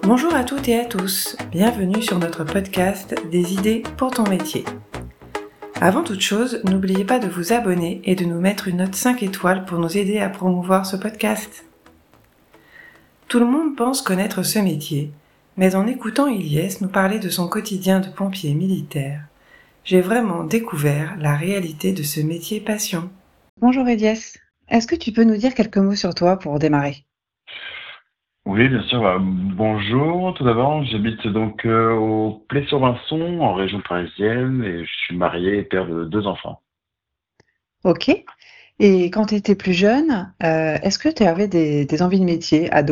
Bonjour à toutes et à tous, bienvenue sur notre podcast Des idées pour ton métier. Avant toute chose, n'oubliez pas de vous abonner et de nous mettre une note 5 étoiles pour nous aider à promouvoir ce podcast. Tout le monde pense connaître ce métier, mais en écoutant Ilyes nous parler de son quotidien de pompier militaire, j'ai vraiment découvert la réalité de ce métier passion. Bonjour Ilyes, est-ce que tu peux nous dire quelques mots sur toi pour démarrer ? Oui, bien sûr. Bonjour. Tout d'abord, j'habite donc au Play-sur-Vinçon, en région parisienne, et je suis marié et père de 2 enfants. Ok. Et quand tu étais plus jeune, est-ce que tu avais des envies de métier, ado ?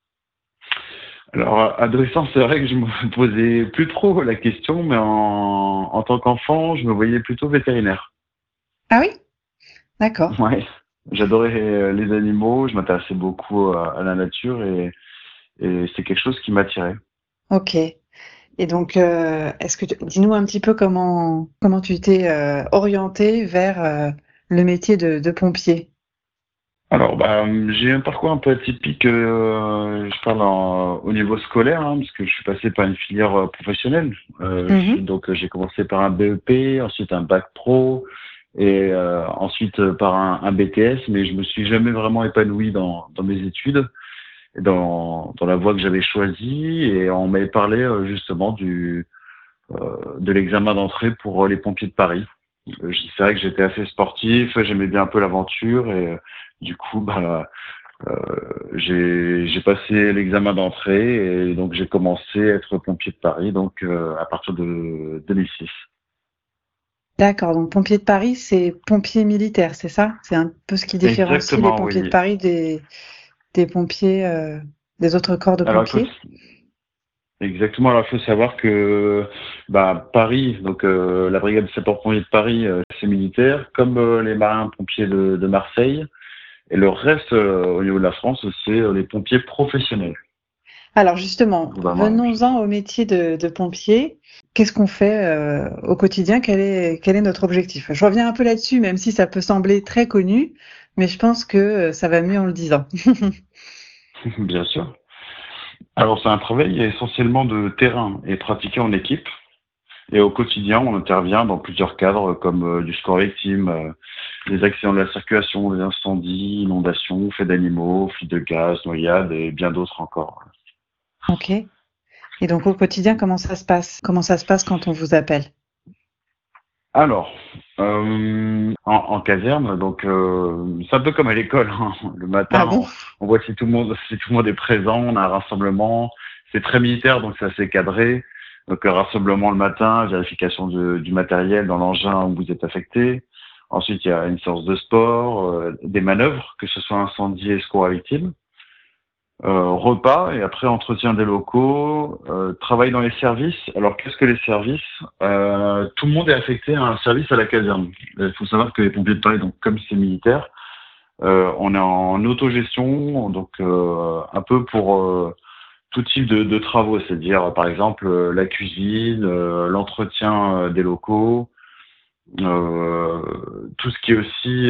Alors, adolescent, c'est vrai que je me posais plus trop la question, mais en tant qu'enfant, je me voyais plutôt vétérinaire. Ah oui ? D'accord. Ouais. J'adorais les animaux, je m'intéressais beaucoup à la nature et c'est quelque chose qui m'attirait. Ok. Et donc, dis-nous un petit peu comment tu t'es orienté vers le métier de pompier. Alors, j'ai un parcours un peu atypique, je parle au niveau scolaire, hein, parce que je suis passé par une filière professionnelle. Mhm. J'ai commencé par un BEP, ensuite un bac pro, et ensuite par un BTS, mais je me suis jamais vraiment épanoui dans mes études, et dans la voie que j'avais choisie, et on m'avait parlé justement de l'examen d'entrée pour les pompiers de Paris. C'est vrai que j'étais assez sportif, j'aimais bien un peu l'aventure, et du coup, j'ai passé l'examen d'entrée et donc j'ai commencé à être pompier de Paris donc à partir de 2006. D'accord. Donc, pompier de Paris, c'est pompier militaire, c'est ça? C'est un peu ce qui différencie les Exactement, pompiers de oui. Paris des pompiers des autres corps de Alors pompiers? exactement. Alors il faut savoir que Paris, donc la brigade de sapeurs-pompiers de Paris, c'est militaire, comme les marins-pompiers de Marseille, et le reste au niveau de la France, c'est les pompiers professionnels. Alors justement, Globalement la même chose. venons-en au métier de pompier. Qu'est-ce qu'on fait au quotidien? Quel est notre objectif? Je reviens un peu là-dessus, même si ça peut sembler très connu, mais je pense que ça va mieux en le disant. Bien sûr. Alors c'est un travail essentiellement de terrain et pratiqué en équipe. Et au quotidien, on intervient dans plusieurs cadres comme du secours victime, les accidents de la circulation, les incendies, inondations, faits d'animaux, fuites de gaz, noyades et bien d'autres encore. Ok. Et donc au quotidien, comment ça se passe? Comment ça se passe quand on vous appelle? Alors, en caserne, donc c'est un peu comme à l'école, hein. Le Ah matin, bon? on voit si tout le monde est présent, on a un rassemblement. C'est très militaire, donc c'est assez cadré. Donc rassemblement le matin, vérification du matériel dans l'engin où vous êtes affecté. Ensuite, il y a une séance de sport, des manœuvres, que ce soit incendie et secours à victime. Repas et après entretien des locaux, travail dans les services. Alors qu'est-ce que les services? Tout le monde est affecté à un service à la caserne. Il faut savoir que les pompiers de Paris, donc comme c'est militaire, on est en autogestion, donc un peu pour tout type de travaux, c'est-à-dire par exemple la cuisine, l'entretien des locaux, euh, tout ce qui est aussi,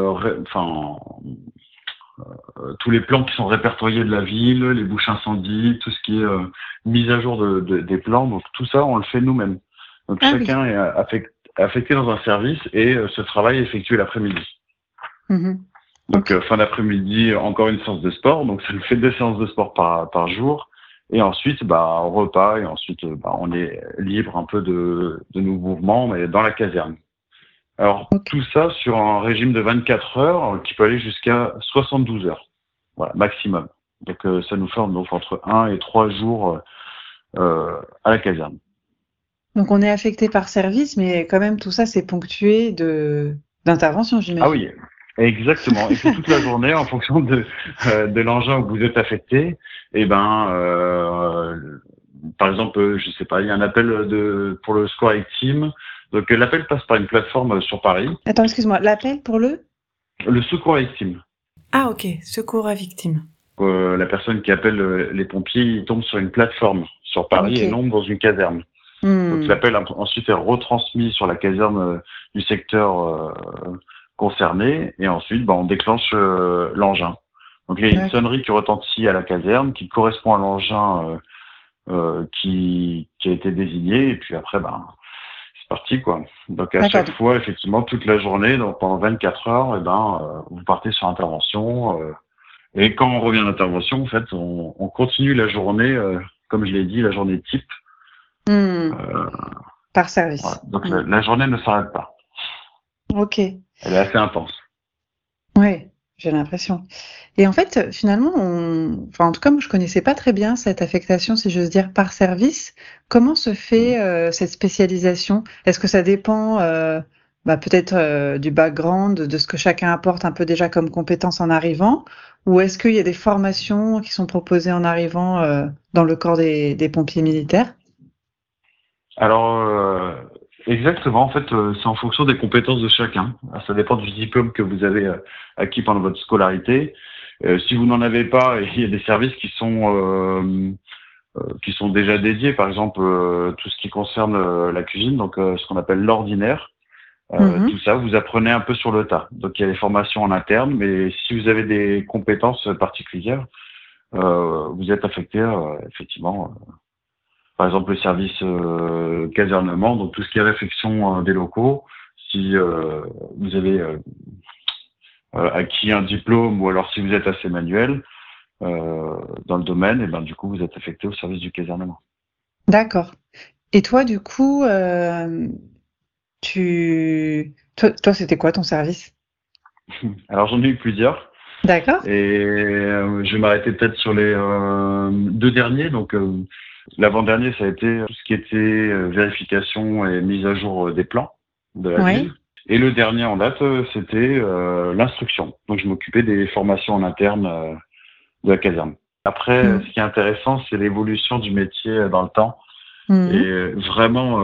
tous les plans qui sont répertoriés de la ville, les bouches incendies, tout ce qui est mise à jour des plans. Donc tout ça, on le fait nous-mêmes. Donc Ah oui. chacun est affecté dans un service et ce travail est effectué l'après-midi. Mhm. Donc Ok. fin d'après-midi, encore une séance de sport. Donc ça nous fait 2 séances de sport par jour. Et ensuite, repas. Et ensuite, on est libre un peu de nos mouvements, mais dans la caserne. Alors, Ok. tout ça sur un régime de 24 heures qui peut aller jusqu'à 72 heures. Voilà, maximum. Donc, ça nous forme donc entre 1 et 3 jours à la caserne. Donc on est affecté par service, mais quand même tout ça c'est ponctué d'intervention, Ah j'imagine. oui, exactement. Et puis toute la journée, en fonction de l'engin où vous êtes affecté, et par exemple, je sais pas, il y a un appel pour le secours victime. Donc, l'appel passe par une plateforme sur Paris. Attends, excuse-moi, l'appel pour le? Le secours victime. Ah ok, secours à victime. La personne qui appelle les pompiers, il tombe sur une plateforme sur Paris et Ok. non dans une caserne. Donc Hmm. l'appel ensuite est retransmis sur la caserne du secteur concerné et ensuite on déclenche l'engin. Donc, il y a une D'accord. sonnerie qui retentit à la caserne, qui correspond à l'engin qui a été désigné, et puis après, c'est parti, quoi. Donc, à D'accord. chaque fois, effectivement, toute la journée, donc pendant 24 heures, vous partez sur intervention. Et quand on revient d'intervention, en fait, on continue la journée, comme je l'ai dit, la journée type. Hmm. Euh, Par voilà. service. Donc, Hmm. la journée ne s'arrête pas. Ok. Elle est assez intense. Ouais, j'ai l'impression. Et en fait, finalement, enfin, en tout cas, moi, je connaissais pas très bien cette affectation, si j'ose dire, par service. Comment se fait cette spécialisation? Est-ce que ça dépend peut-être du background, de ce que chacun apporte un peu déjà comme compétence en arrivant, ou est-ce qu'il y a des formations qui sont proposées en arrivant dans le corps des pompiers militaires? Alors, exactement, en fait, c'est en fonction des compétences de chacun. Ça dépend du diplôme que vous avez acquis pendant votre scolarité. Si vous n'en avez pas, il y a des services qui sont déjà dédiés, par exemple, tout ce qui concerne la cuisine, donc ce qu'on appelle l'ordinaire. Tout Mhm. ça, vous apprenez un peu sur le tas. Donc, il y a des formations en interne, mais si vous avez des compétences particulières, vous êtes affecté, effectivement, par exemple, le service casernement, donc tout ce qui est réfection des locaux. Si vous avez acquis un diplôme ou alors si vous êtes assez manuel dans le domaine, et ben du coup, vous êtes affecté au service du casernement. D'accord. Et toi, du coup, toi, c'était quoi ton service? Alors, j'en ai eu plusieurs. D'accord. Et je vais m'arrêter peut-être sur les deux derniers. Donc, l'avant-dernier, ça a été tout ce qui était vérification et mise à jour des plans de la Oui. ville. Et le dernier en date, c'était l'instruction. Donc, je m'occupais des formations en interne de la caserne. Après, Mm. ce qui est intéressant, c'est l'évolution du métier dans le temps. Et Mhm. vraiment,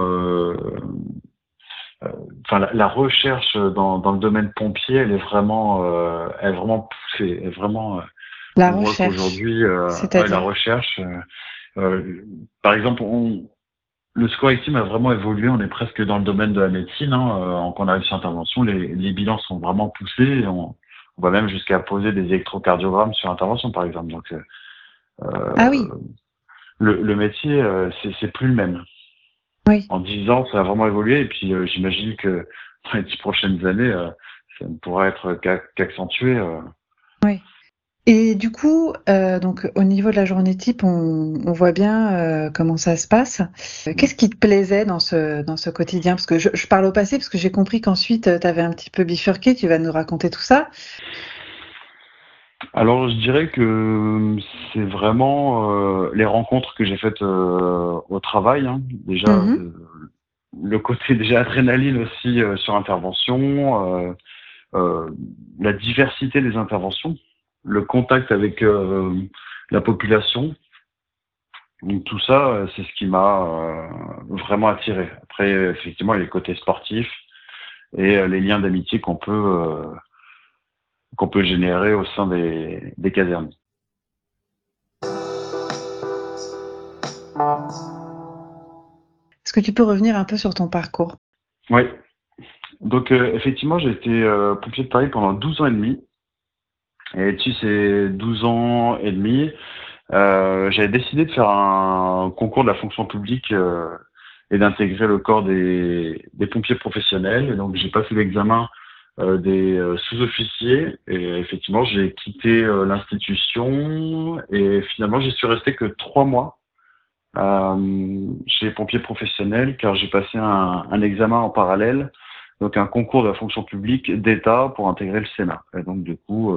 la recherche dans le domaine pompier, elle est vraiment poussée. Elle est vraiment, La on voit recherche, qu'aujourd'hui, ouais, la c'est-à-dire? recherche, par exemple, le score team a vraiment évolué. On est presque dans le domaine de la médecine. Quand on arrive sur intervention, les bilans sont vraiment poussés. Et on va même jusqu'à poser des électrocardiogrammes sur intervention, par exemple. Donc, Ah oui, le métier, c'est plus le même. oui, En 10 ans, ça a vraiment évolué. Et puis, j'imagine que dans les 10 prochaines années, ça ne pourra être qu'accentué. oui. Et du coup, donc au niveau de la journée type, on voit bien comment ça se passe. Qu'est-ce qui te plaisait dans ce quotidien? Parce que je parle au passé, parce que j'ai compris qu'ensuite, tu avais un petit peu bifurqué, tu vas nous raconter tout ça. Alors, je dirais que c'est vraiment les rencontres que j'ai faites au travail, hein. Déjà, Mhm. le côté déjà adrénaline aussi sur intervention, euh, la diversité des interventions, le contact avec la population. Donc, tout ça, c'est ce qui m'a vraiment attiré. Après, effectivement, il y a le côté sportif et les liens d'amitié qu'on peut générer au sein des casernes. Est-ce que tu peux revenir un peu sur ton parcours? Oui. Donc, effectivement, j'ai été pompier de Paris pendant 12 ans et demi. Et dessus ces 12 ans et demi, j'avais décidé de faire un concours de la fonction publique et d'intégrer le corps des pompiers professionnels. Et donc, j'ai passé l'examen des sous-officiers. Et effectivement, j'ai quitté l'institution. Et finalement, j'y suis resté que 3 mois chez les pompiers professionnels, car j'ai passé un examen en parallèle, donc un concours de la fonction publique d'État pour intégrer le Sénat. Et donc, du coup,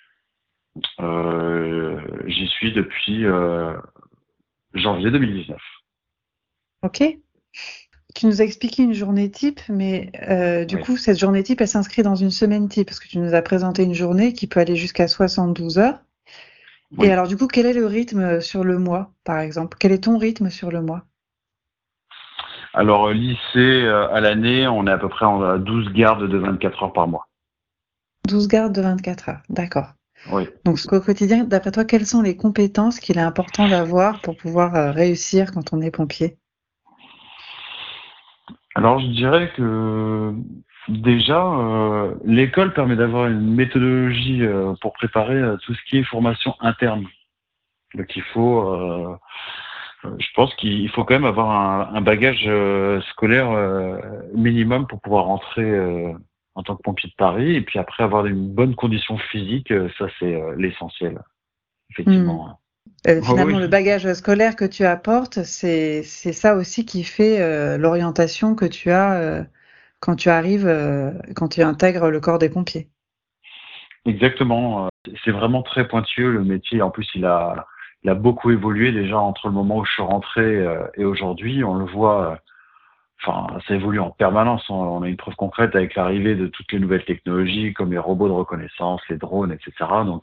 j'y suis depuis janvier 2019. Ok. Tu nous as expliqué une journée type, mais du Oui. coup, cette journée type, elle s'inscrit dans une semaine type, parce que tu nous as présenté une journée qui peut aller jusqu'à 72 heures. Et Oui. alors, du coup, quel est le rythme sur le mois, par exemple? Quel est ton rythme sur le mois? Alors, lycée, à l'année, on est à peu près à 12 gardes de 24 heures par mois. 12 gardes de 24 heures, d'accord. Oui. Donc, au quotidien, d'après toi, quelles sont les compétences qu'il est important d'avoir pour pouvoir réussir quand on est pompier? Alors, je dirais que Déjà, l'école permet d'avoir une méthodologie pour préparer tout ce qui est formation interne. Donc je pense qu'il faut quand même avoir un bagage scolaire minimum pour pouvoir rentrer en tant que pompier de Paris. Et puis après, avoir une bonne condition physique, ça c'est l'essentiel, effectivement. Finalement, Oui, le bagage scolaire que tu apportes, c'est ça aussi qui fait l'orientation que tu as quand tu arrives, quand tu intègres le corps des pompiers. exactement. C'est vraiment très pointueux le métier. En plus, il a beaucoup évolué déjà entre le moment où je suis rentré et aujourd'hui. On le voit. Enfin, ça évolue en permanence. On a une preuve concrète avec l'arrivée de toutes les nouvelles technologies comme les robots de reconnaissance, les drones, etc. Donc,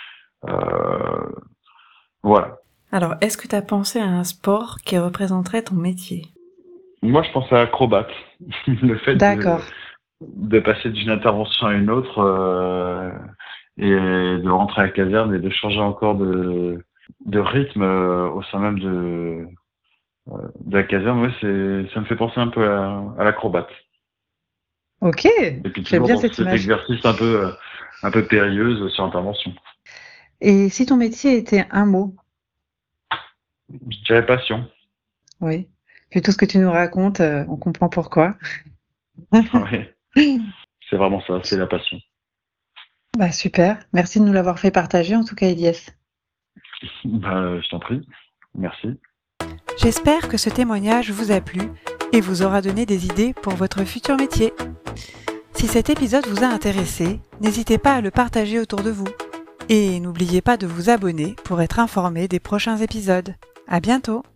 voilà. Alors, est-ce que tu as pensé à un sport qui représenterait ton métier? Moi, je pense à acrobate. Le fait D'accord. de passer d'une intervention à une autre et de rentrer à la caserne et de changer encore de rythme au sein même de la caserne, ouais, ça me fait penser un peu à l'acrobate. Ok, Et puis j'aime toujours bien dans cette cet image. exercice un peu périlleuse sur intervention. Et si ton métier était un mot? Je dirais passion. Oui. Vu tout ce que tu nous racontes, on comprend pourquoi. Ouais, c'est vraiment ça, c'est la passion. Bah super, merci de nous l'avoir fait partager en tout cas, Elias. Je t'en prie. Merci. J'espère que ce témoignage vous a plu et vous aura donné des idées pour votre futur métier. Si cet épisode vous a intéressé, n'hésitez pas à le partager autour de vous. Et n'oubliez pas de vous abonner pour être informé des prochains épisodes. À bientôt!